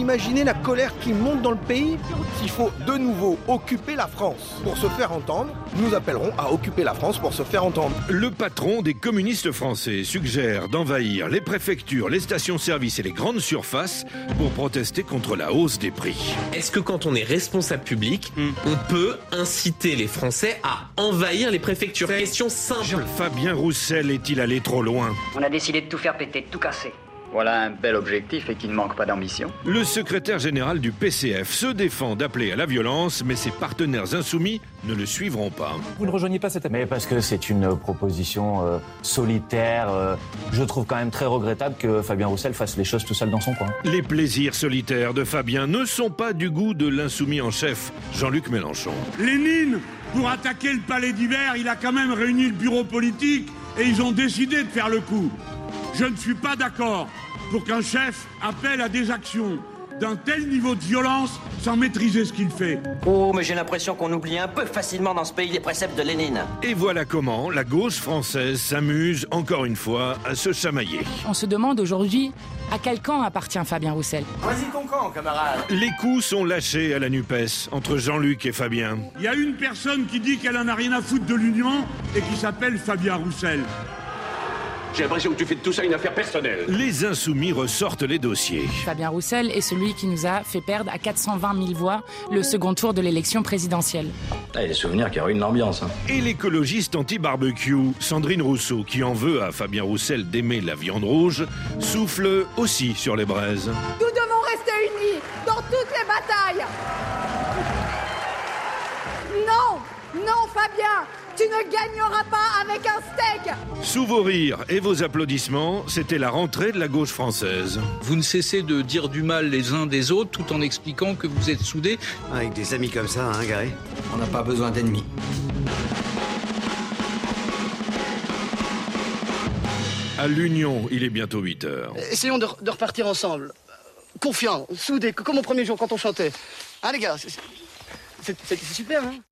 imaginez la colère qui monte dans le pays? S'il faut de nouveau occuper la France pour se faire entendre, nous appellerons à occuper la France pour se faire entendre. Le patron des communistes français suggère d'envahir les préfectures, les stations-service et les grandes surfaces pour protester contre la hausse des prix. Est-ce que quand on est responsable public, on peut inciter les Français à envahir les préfectures? Question simple. Fabien Roussel est-il allé trop loin? On a décidé de tout faire péter, de tout casser. Voilà un bel objectif et qui ne manque pas d'ambition. Le secrétaire général du PCF se défend d'appeler à la violence, mais ses partenaires insoumis ne le suivront pas. Vous ne rejoignez pas cette appel? Mais parce que c'est une proposition solitaire. Je trouve quand même très regrettable que Fabien Roussel fasse les choses tout seul dans son coin. Les plaisirs solitaires de Fabien ne sont pas du goût de l'insoumis en chef, Jean-Luc Mélenchon. Lénine, pour attaquer le palais d'hiver, il a quand même réuni le bureau politique et ils ont décidé de faire le coup. Je ne suis pas d'accord pour qu'un chef appelle à des actions d'un tel niveau de violence sans maîtriser ce qu'il fait. Oh, mais j'ai l'impression qu'on oublie un peu facilement dans ce pays les préceptes de Lénine. Et voilà comment la gauche française s'amuse encore une fois à se chamailler. On se demande aujourd'hui à quel camp appartient Fabien Roussel. Vas-y ton camp, camarade. Les coups sont lâchés à la NUPES entre Jean-Luc et Fabien. Il y a une personne qui dit qu'elle en a rien à foutre de l'Union et qui s'appelle Fabien Roussel. J'ai l'impression que tu fais de tout ça une affaire personnelle. Les insoumis ressortent les dossiers. Fabien Roussel est celui qui nous a fait perdre à 420 000 voix le second tour de l'élection présidentielle. Il y a des souvenirs qui ruinent l'ambiance. Et l'écologiste anti-barbecue, Sandrine Rousseau, qui en veut à Fabien Roussel d'aimer la viande rouge, souffle aussi sur les braises. Nous devons rester unis dans toutes les batailles. Non, Fabien, tu ne gagneras pas avec un steak. Sous vos rires et vos applaudissements, c'était la rentrée de la gauche française. Vous ne cessez de dire du mal les uns des autres tout en expliquant que vous êtes soudés. Avec des amis comme ça, hein, Gary, on n'a pas besoin d'ennemis. À l'Union, il est bientôt 8 heures. Essayons de repartir ensemble. Confiants, soudés, comme au premier jour quand on chantait. Hein, les gars, c'est super, hein.